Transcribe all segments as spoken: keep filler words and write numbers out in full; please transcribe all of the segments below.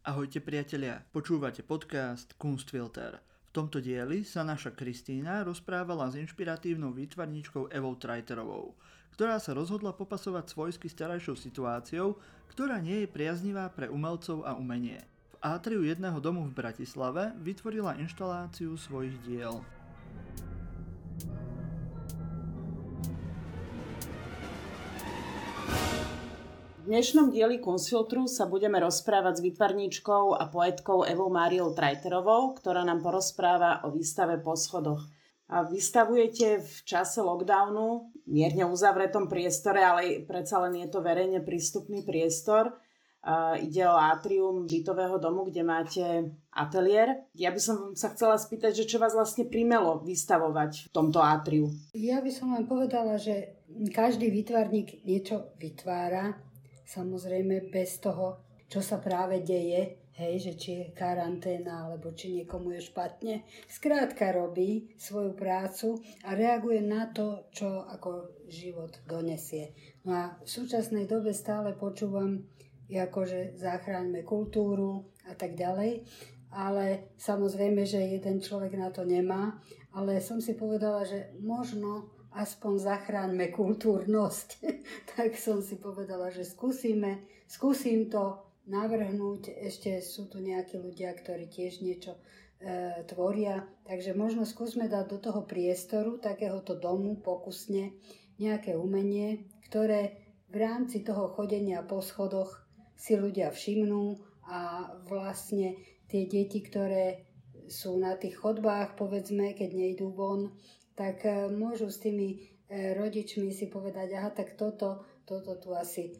Ahojte priatelia, počúvate podcast Kunstfilter. V tomto dieli sa naša Kristína rozprávala s inšpiratívnou výtvarníčkou Evou Treiterovou, ktorá sa rozhodla popasovať svojsky s terajšou situáciou, ktorá nie je priaznivá pre umelcov a umenie. V átriu jedného domu v Bratislave vytvorila inštaláciu svojich diel. V dnešnom dieli Kunstfiltru sa budeme rozprávať s výtvarníčkou a poetkou Evou Máriou Treiterovou, ktorá nám porozpráva o výstave Po schodoch. A vystavujete v čase lockdownu, mierne uzavretom priestore, ale predsa len je to verejne prístupný priestor. A ide o átrium bytového domu, kde máte ateliér. Ja by som sa chcela spýtať, že čo vás vlastne primelo vystavovať v tomto átriu? Ja by som vám povedala, že každý výtvarník niečo vytvára, samozrejme bez toho, čo sa práve deje, hej, že či je karanténa, alebo či niekomu je špatne. Skrátka robí svoju prácu a reaguje na to, čo ako život donesie. No a v súčasnej dobe stále počúvam, akože zachráňme kultúru a tak ďalej, ale samozrejme, že jeden človek na to nemá, ale som si povedala, že možno aspoň zachráňme kultúrnosť. Tak som si povedala, že skúsime, skúsim to navrhnúť. Ešte sú tu nejakí ľudia, ktorí tiež niečo e, tvoria. Takže možno skúsme dať do toho priestoru, takéhoto domu, pokusne, nejaké umenie, ktoré v rámci toho chodenia po schodoch si ľudia všimnú a vlastne tie deti, ktoré sú na tých chodbách, povedzme, keď nejdú von, tak môžu s tými rodičmi si povedať, aha, tak toto, toto tu asi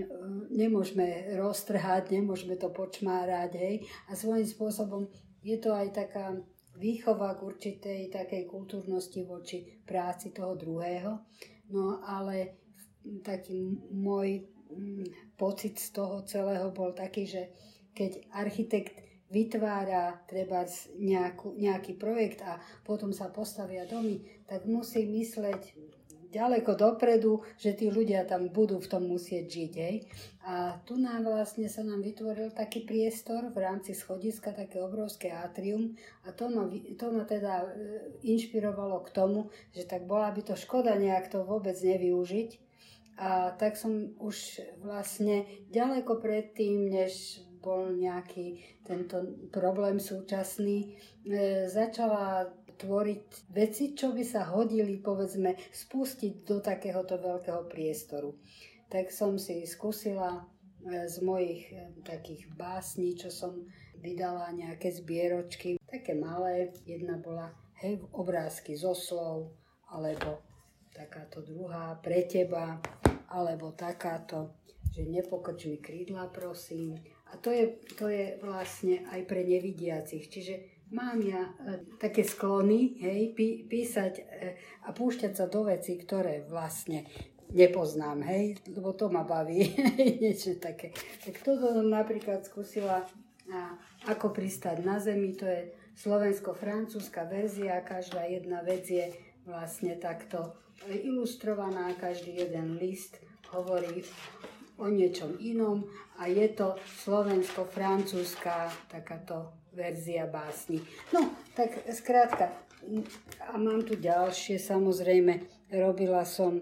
nemôžeme roztrhať, nemôžeme to počmárať, hej. A svojím spôsobom je to aj taká výchova k určitej takej kultúrnosti voči práci toho druhého. No ale taký môj pocit z toho celého bol taký, že keď architekt vytvára treba nejakú, nejaký projekt a potom sa postavia domy, tak musí mysleť ďaleko dopredu, že tí ľudia tam budú v tom musieť žiť. Hej. A tu nám vlastne sa nám vytvoril taký priestor v rámci schodiska, také obrovské atrium a to ma, to ma teda inšpirovalo k tomu, že tak bola by to škoda nejak to vôbec nevyužiť. A tak som už vlastne ďaleko predtým, než bol nejaký tento problém súčasný, e, začala tvoriť veci, čo by sa hodili, povedzme, spustiť do takéhoto veľkého priestoru. Tak som si skúsila e, z mojich e, takých básní, čo som vydala, nejaké zbieročky, také malé. Jedna bola hej, obrázky zo slov, alebo takáto druhá pre teba, alebo takáto, že nepokrč mi krídla, prosím. A to je, to je vlastne aj pre nevidiacich. Čiže mám ja e, také sklony, hej, pí, písať e, a púšťať sa do vecí, ktoré vlastne nepoznám, hej, lebo to ma baví, niečo také. Tak toto som napríklad skúsila a Ako pristať na zemi, to je slovensko-francúzska verzia, každá jedna vec je vlastne takto ilustrovaná, každý jeden list hovorí o niečom inom a je to slovensko-francúzska takáto verzia básni. No, tak skrátka, a mám tu ďalšie, samozrejme, robila som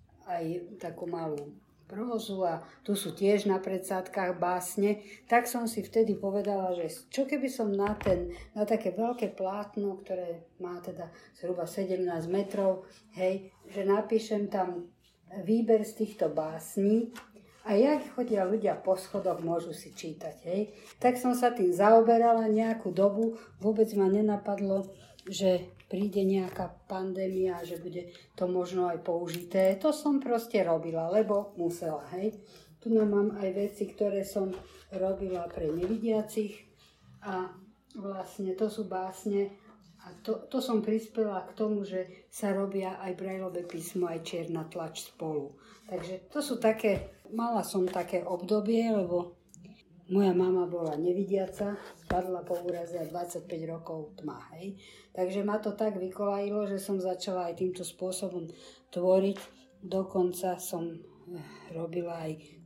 aj takú malú prózu a tu sú tiež na predsádkach básne, tak som si vtedy povedala, že čo keby som na, ten, na také veľké plátno, ktoré má teda zhruba sedemnásť metrov, hej, že napíšem tam výber z týchto básní a jak chodia ľudia po schodoch, môžu si čítať, hej. Tak som sa tým zaoberala nejakú dobu, vôbec ma nenapadlo, že príde nejaká pandémia, že bude to možno aj použité. To som proste robila, lebo musela, hej. Tu mám aj veci, ktoré som robila pre nevidiacich a vlastne to sú básne a to, to som prispela k tomu, že sa robia aj brajlové písmo, aj čierna tlač spolu. Takže to sú také, mala som také obdobie, lebo moja mama bola nevidiaca, spadla po úraze a dvadsaťpäť rokov tma, hej. Takže ma to tak vykolajilo, že som začala aj týmto spôsobom tvoriť. Dokonca som robila aj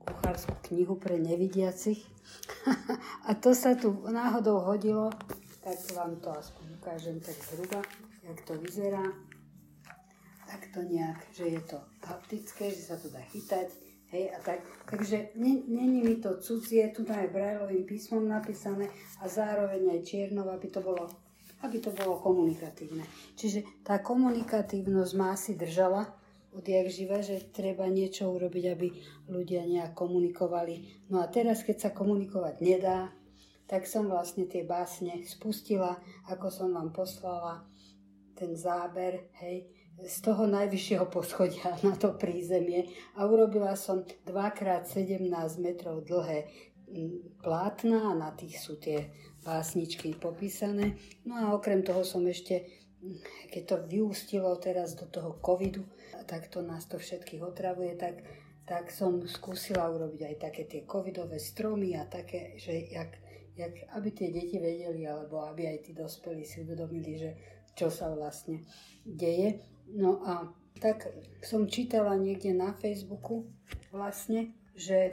kuchárskú knihu pre nevidiacich. A to sa tu náhodou hodilo, tak vám to aspoň ukážem tak zhruba, jak to vyzerá. Tak to nejak, že je to haptické, že sa to dá chytať. Hej, a tak, takže není mi to cudzie, tu je brajlovým písmom napísané a zároveň aj čiernou, aby to bolo, aby to bolo komunikatívne. Čiže tá komunikatívnosť ma asi držala odjak živa, že treba niečo urobiť, aby ľudia nejak komunikovali. No a teraz, keď sa komunikovať nedá, tak som vlastne tie básne spustila, ako som vám poslala ten záber, hej, z toho najvyššieho poschodia na to prízemie a urobila som dva krát sedemnásť metrov dlhé plátna a na tých sú tie básničky popísané. No a okrem toho som ešte, keď to vyústilo teraz do toho covidu, tak to nás to všetkých otravuje, tak, tak som skúsila urobiť aj také tie covidové stromy a také, že jak, jak, aby tie deti vedeli, alebo aby aj tí dospelí si uvedomili, že čo sa vlastne deje. No a tak som čítala niekde na Facebooku vlastne, že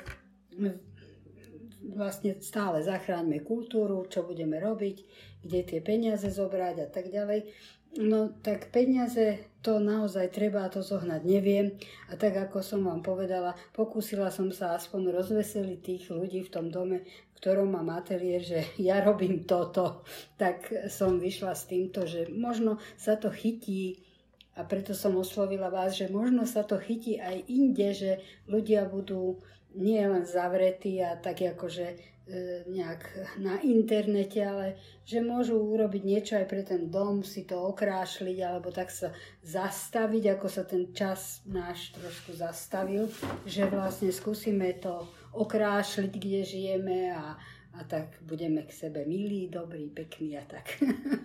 vlastne stále zachráňme kultúru, čo budeme robiť, kde tie peniaze zobrať a tak ďalej. No tak peniaze to naozaj treba to zohnať, neviem. A tak ako som vám povedala, pokúsila som sa aspoň rozveseliť tých ľudí v tom dome, v ktorom mám ateliér, že ja robím toto. Tak som vyšla s týmto, že možno sa to chytí. A preto som oslovila vás, že možno sa to chytí aj inde, že ľudia budú nie len zavretí a tak akože e, nejak na internete, ale že môžu urobiť niečo aj pre ten dom, si to okrášliť alebo tak sa zastaviť, ako sa ten čas náš trošku zastavil, že vlastne skúsime to okrášliť, kde žijeme a a tak budeme k sebe milí, dobrí, pekní a tak.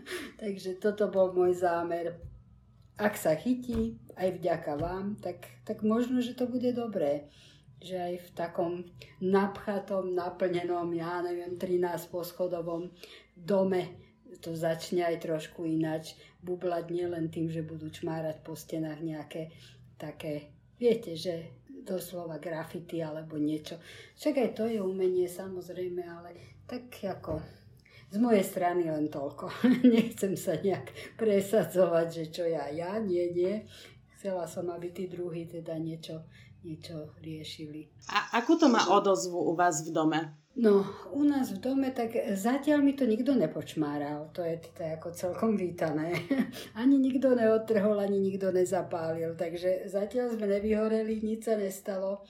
Takže toto bol môj zámer. Ak sa chytí, aj vďaka vám, tak, tak možno, že to bude dobré. Že aj v takom napchatom, naplnenom, ja neviem, trinásť poschodovom dome to začne aj trošku ináč bublať, nielen tým, že budú čmárať po stenách nejaké také, viete, že doslova grafity alebo niečo. Však aj to je umenie, samozrejme, ale tak ako z mojej strany len toľko. Nechcem sa nejak presadzovať, že čo ja, ja, nie, nie. Chcela som, aby tí druhí teda niečo, niečo riešili. A akú to má odozvu u vás v dome? No, u nás v dome, tak zatiaľ mi to nikto nepočmáral. To je, to je ako celkom vítané. Ani nikto neodtrhol, ani nikto nezapálil. Takže zatiaľ sme nevyhoreli, nič sa nestalo.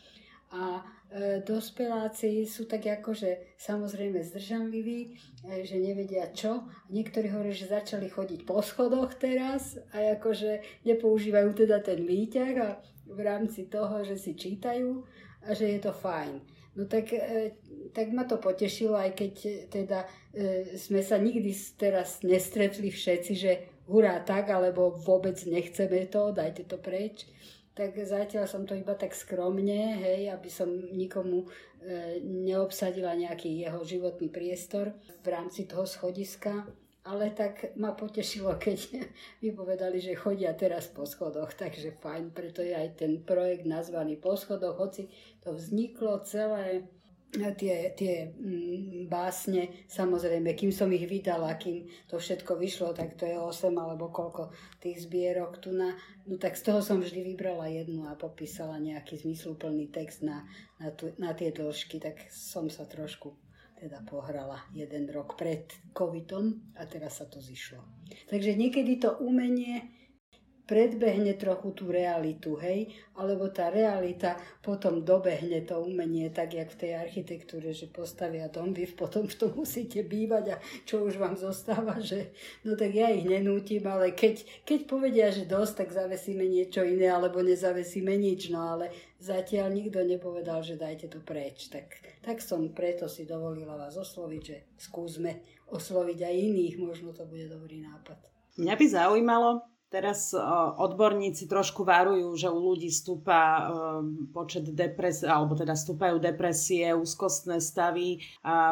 A e, dospeláci sú tak akože samozrejme zdržanliví, e, že nevedia čo. Niektorí hovoria, že začali chodiť po schodoch teraz a akože nepoužívajú teda ten výťah a v rámci toho, že si čítajú a že je to fajn. No tak, e, tak ma to potešilo, aj keď teda e, sme sa nikdy teraz nestretli všetci, že hurá tak, alebo vôbec nechceme to, dajte to preč. Tak zatiaľ som to iba tak skromne, hej, aby som nikomu e, neobsadila nejaký jeho životný priestor v rámci toho schodiska. Ale tak ma potešilo, keď mi povedali, že chodia teraz po schodoch, takže fajn, preto je aj ten projekt nazvaný Po schodoch, hoci to vzniklo celé, tie, tie mm, básne, samozrejme, kým som ich vydala, kým to všetko vyšlo, tak to je osem alebo koľko tých zbierok tu na, no tak z toho som vždy vybrala jednu a popísala nejaký zmysluplný text na, na, tu, na tie dĺžky, tak som sa trošku teda pohrala jeden rok pred covidom a teraz sa to zišlo. Takže niekedy to umenie predbehne trochu tú realitu, hej, alebo tá realita potom dobehne to umenie, tak jak v tej architektúre, že postavia dom, vy potom v tom musíte bývať a čo už vám zostáva, že no tak ja ich nenútim, ale keď, keď povedia, že dosť, tak zavesíme niečo iné, alebo nezavesíme nič, no ale zatiaľ nikto nepovedal, že dajte to preč, tak, tak som preto si dovolila vás osloviť, že skúsme osloviť aj iných, možno to bude dobrý nápad. Mňa by zaujímalo, teraz odborníci trošku varujú, že u ľudí stúpa počet depresie, alebo teda stúpajú depresie, úzkostné stavy, a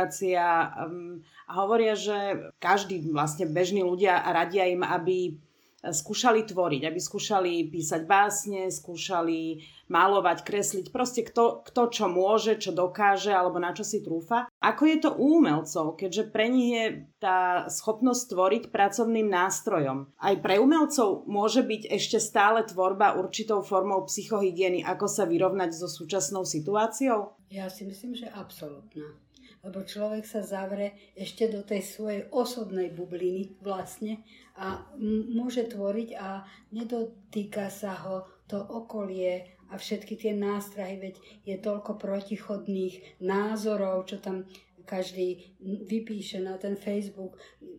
frustrácia a hovoria, že každý vlastne bežní ľudia radia im, aby skúšali tvoriť, aby skúšali písať básne, skúšali malovať, kresliť, proste kto, kto čo môže, čo dokáže alebo na čo si trúfa. Ako je to u umelcov, keďže pre nich je tá schopnosť tvoriť pracovným nástrojom. Aj pre umelcov môže byť ešte stále tvorba určitou formou psychohygieny, ako sa vyrovnať so súčasnou situáciou? Ja si myslím, že absolútna. Lebo človek sa zavre ešte do tej svojej osobnej bubliny vlastne a m- môže tvoriť a nedotýka sa ho to okolie a všetky tie nástrahy, veď je toľko protichodných názorov, čo tam každý vypíše na ten Facebook.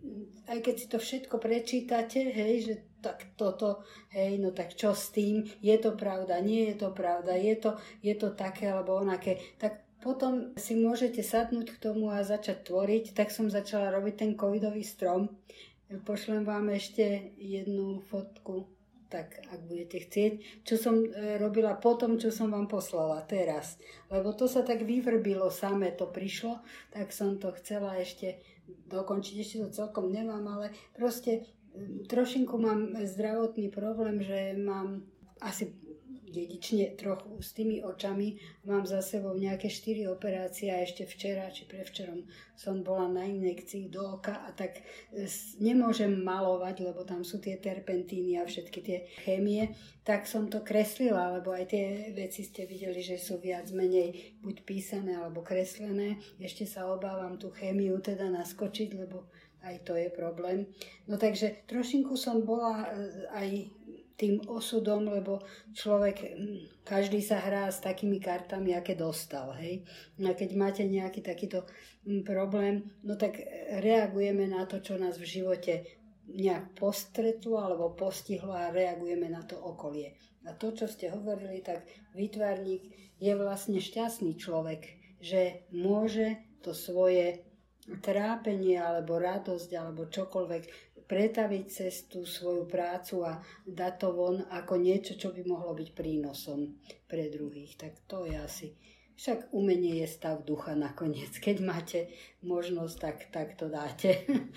Aj keď si to všetko prečítate, hej, že tak toto, hej, no tak čo s tým? Je to pravda, nie je to pravda, je to, je to také alebo onaké. Tak potom si môžete sadnúť k tomu a začať tvoriť. Tak som začala robiť ten covidový strom. Pošlem vám ešte jednu fotku, tak ak budete chcieť, čo som robila potom, čo som vám poslala teraz. Lebo to sa tak vyvrbilo samé, to prišlo, tak som to chcela ešte dokončiť. Ešte to celkom nemám, ale proste trošinku mám zdravotný problém, že mám asi dedične trochu s tými očami. Mám za sebou nejaké štyri operácie a ešte včera či prevčerom som bola na injekcii do oka a tak nemôžem malovať, lebo tam sú tie terpentíny a všetky tie chémie. Tak som to kreslila, lebo aj tie veci ste videli, že sú viac menej buď písané alebo kreslené. Ešte sa obávam tú chémiu teda naskočiť, lebo aj to je problém. No takže trošinku som bola aj tým osudom, lebo človek, každý sa hrá s takými kartami, aké dostal, hej. A keď máte nejaký takýto problém, no tak reagujeme na to, čo nás v živote nejak postretlo alebo postihlo a reagujeme na to okolie. A to, čo ste hovorili, tak výtvarník je vlastne šťastný človek, že môže to svoje trápenie alebo radosť alebo čokoľvek pretaviť cez tú svoju prácu a dať to von ako niečo, čo by mohlo byť prínosom pre druhých. Tak to je asi... Však umenie je stav ducha nakoniec. Keď máte možnosť, tak, tak to dáte.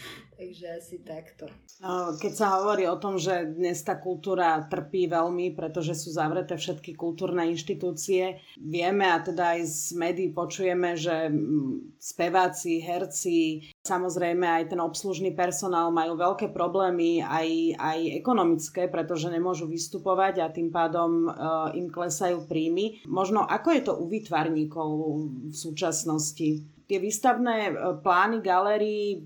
Takže asi takto. Keď sa hovorí o tom, že dnes tá kultúra trpí veľmi, pretože sú zavreté všetky kultúrne inštitúcie, vieme a teda aj z médií počujeme, že speváci, herci, samozrejme aj ten obslužný personál majú veľké problémy, aj, aj ekonomické, pretože nemôžu vystupovať a tým pádom uh, im klesajú príjmy. Možno ako je to u výtvarníkov v súčasnosti? Tie výstavné plány galérií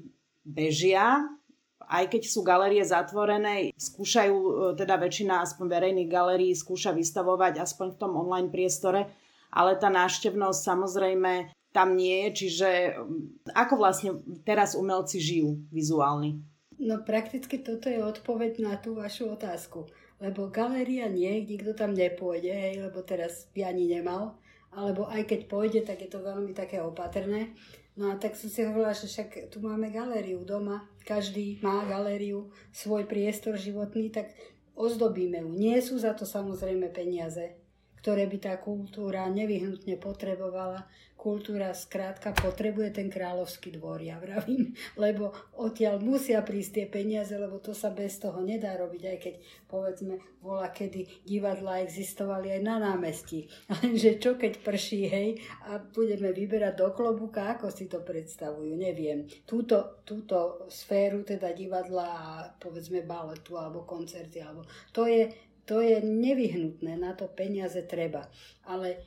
bežia, aj keď sú galérie zatvorené, skúšajú, teda väčšina aspoň verejných galérií skúša vystavovať aspoň v tom online priestore, ale tá návštevnosť samozrejme tam nie je, čiže ako vlastne teraz umelci žijú vizuálne? No prakticky toto je odpoveď na tú vašu otázku, lebo galéria nie, nikto tam nepôjde, hej, lebo teraz by ani nemal, alebo aj keď pôjde, tak je to veľmi také opatrné. No a tak som si hovorila, že však tu máme galériu doma, každý má galériu, svoj priestor životný, tak ozdobíme ju. Nie sú za to samozrejme peniaze, ktoré by tá kultúra nevyhnutne potrebovala. Kultúra skrátka potrebuje ten kráľovský dvor, ja vravím, lebo odtiaľ musia prísť tie peniaze, lebo to sa bez toho nedá robiť, aj keď povedzme bola, kedy divadlá existovali aj na námestí. Lenže čo keď prší, hej, a budeme vyberať do klobúka, ako si to predstavujú, neviem. Túto, túto sféru, teda divadla a povedzme baletu alebo koncerty, alebo to je To je nevyhnutné, na to peniaze treba. Ale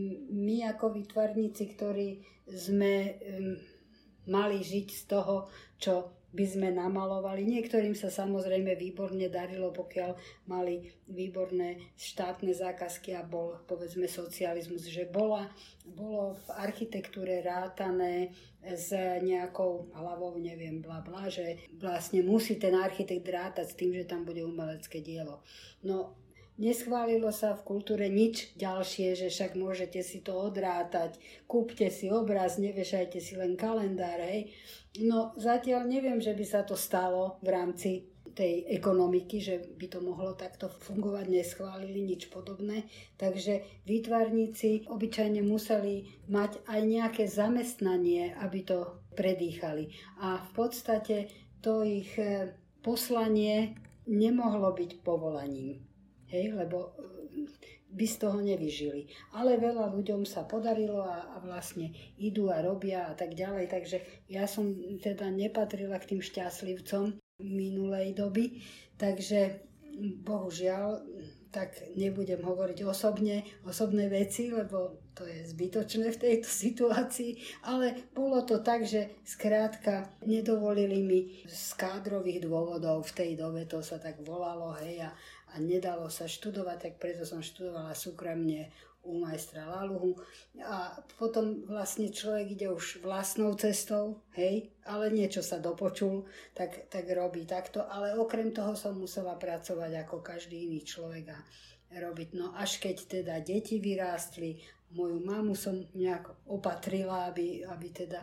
my ako výtvarníci, ktorí sme um, mali žiť z toho, čo by sme namalovali. Niektorým sa samozrejme výborne darilo, pokiaľ mali výborné štátne zákazky a bol, povedzme, socializmus, že bola, bolo v architektúre rátané s nejakou hlavou, neviem, bla bla, že vlastne musí ten architekt rátať s tým, že tam bude umelecké dielo. No, neschválilo sa v kultúre nič ďalšie, že však môžete si to odrátať, kúpte si obraz, nevešajte si len kalendár, hej. No zatiaľ neviem, že by sa to stalo v rámci tej ekonomiky, že by to mohlo takto fungovať, neschválili nič podobné. Takže výtvarníci obyčajne museli mať aj nejaké zamestnanie, aby to predýchali. A v podstate to ich poslanie nemohlo byť povolaním, hej, lebo by z toho nevyžili. Ale veľa ľuďom sa podarilo a, a vlastne idú a robia a tak ďalej, takže ja som teda nepatrila k tým šťastlivcom minulej doby, takže bohužiaľ, tak nebudem hovoriť osobne, osobné veci, lebo to je zbytočné v tejto situácii, ale bolo to tak, že skrátka nedovolili mi z kádrových dôvodov, v tej dobe to sa tak volalo, hej, a, a nedalo sa študovať, tak preto som študovala súkromne u majstra Laluhu a potom vlastne človek ide už vlastnou cestou, hej, ale niečo sa dopočul, tak, tak robí takto, ale okrem toho som musela pracovať ako každý iný človek a robiť. No až keď teda deti vyrástli, moju mamu som nejak opatrila, aby, aby teda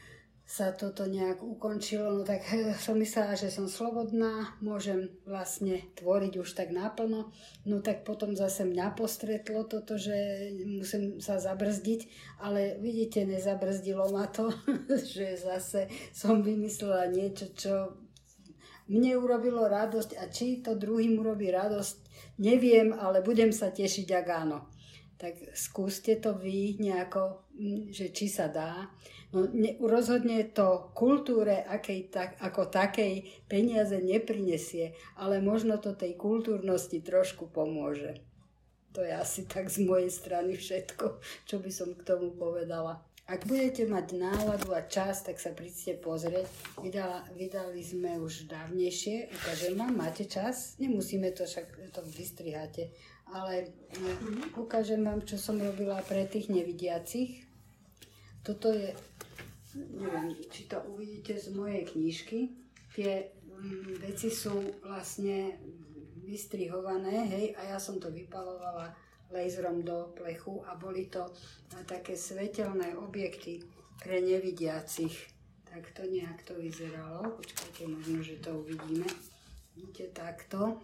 sa toto nejak ukončilo, no tak som myslela, že som slobodná, môžem vlastne tvoriť už tak naplno, no tak potom zase mňa postretlo toto, že musím sa zabrzdiť, ale vidíte, nezabrzdilo ma to, že zase som vymyslela niečo, čo mne urobilo radosť a či to druhým urobí radosť, neviem, ale budem sa tešiť, ak áno. Tak skúste to vy nejako, že či sa dá. No, ne, rozhodne to kultúre akej, tak, ako takej peniaze neprinesie, ale možno to tej kultúrnosti trošku pomôže. To je asi tak z mojej strany všetko, čo by som k tomu povedala. Ak budete mať náladu a čas, tak sa príďte pozrieť. Vydala, vydali sme už dávnejšie. Ukážem vám, máte čas? Nemusíme to, však to vystriháte. Ale mm-hmm. ukážem vám, čo som robila pre tých nevidiacich. Toto je, neviem, či to uvidíte z mojej knižky. Tie um, veci sú vlastne vystrihované, hej, a ja som to vypalovala laserom do plechu a boli to také svetelné objekty pre nevidiacich. Tak to nejak to vyzeralo. Počkajte, možno, že to uvidíme. Vidíte, takto.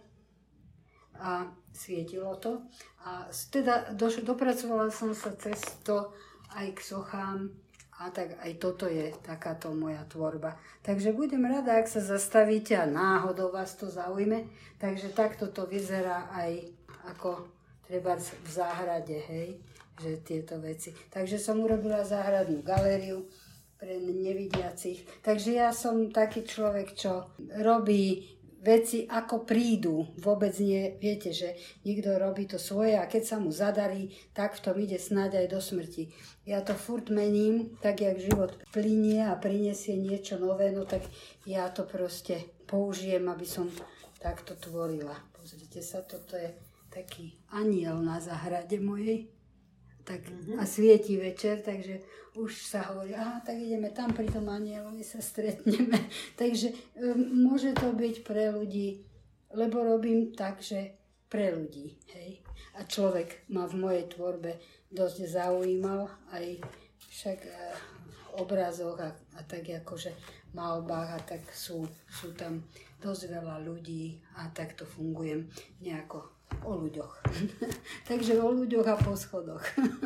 A svietilo to. A teda do, dopracovala som sa cez to aj k sochám a tak aj toto je takáto moja tvorba. Takže budem rada, ak sa zastavíte a náhodou vás to zaujme. Takže takto to vyzerá aj ako treba v záhrade, hej, že tieto veci. Takže som urobila záhradnú galériu pre nevidiacich. Takže ja som taký človek, čo robí veci ako prídu. Vôbec nie, viete, že niekto robí to svoje a keď sa mu zadarí, tak v tom ide snáď aj do smrti. Ja to furt mením, tak jak život plynie a prinesie niečo nové, no tak ja to proste použijem, aby som takto tvorila. Pozrite sa, toto je taký aniel na záhrade mojej. Tak, mm-hmm. a svieti večer, takže už sa hovorí, aha, tak ideme tam pri tom anielovi sa stretneme. Takže um, môže to byť pre ľudí, lebo robím tak, že pre ľudí, hej. A človek ma v mojej tvorbe dosť zaujímal, aj však uh, obrazoch a, a tak akože malbách a tak sú, sú tam dosť veľa ľudí a takto fungujem nejako o ľuďoch. Takže o ľuďoch a po schodoch.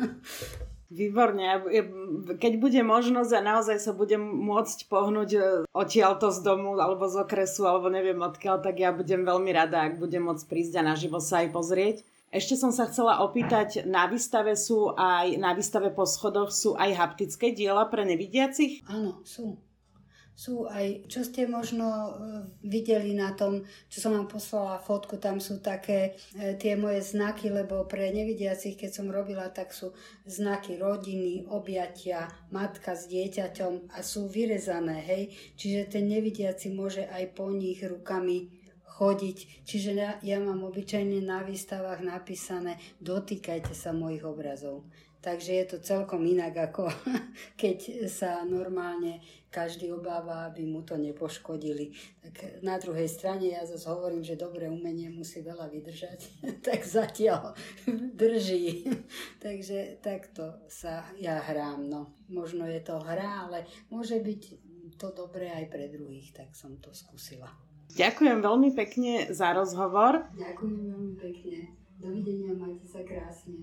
Výborne. Keď bude možnosť a naozaj sa budem môcť pohnúť odtiaľto z domu alebo z okresu alebo neviem odkiaľ, tak ja budem veľmi rada, ak budem môcť prísť a naživo sa aj pozrieť. Ešte som sa chcela opýtať, na výstave sú aj, na výstave po schodoch sú aj haptické diela pre nevidiacich? Áno, sú. Sú aj, čo ste možno videli na tom, čo som vám poslala fotku, tam sú také e, tie moje znaky, lebo pre nevidiacich, keď som robila, tak sú znaky rodiny, objatia, matka s dieťaťom a sú vyrezané, hej. Čiže ten nevidiaci môže aj po nich rukami chodiť. Čiže ja, ja mám obyčajne na výstavách napísané dotýkajte sa mojich obrazov. Takže je to celkom inak, ako keď sa normálne každý obáva, aby mu to nepoškodili. Tak na druhej strane ja zase hovorím, že dobré umenie musí veľa vydržať, tak zatiaľ drží. Takže takto sa ja hrám. No. Možno je to hra, ale môže byť to dobré aj pre druhých, tak som to skúsila. Ďakujem veľmi pekne za rozhovor. Ďakujem veľmi pekne. Dovidenia, majte sa krásne.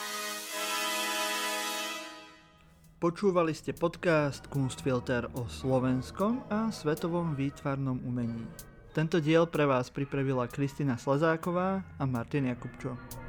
Počúvali ste podcast Kunstfilter o slovenskom a svetovom výtvarnom umení. Tento diel pre vás pripravila Kristina Slazáková a Martin Jakubčo.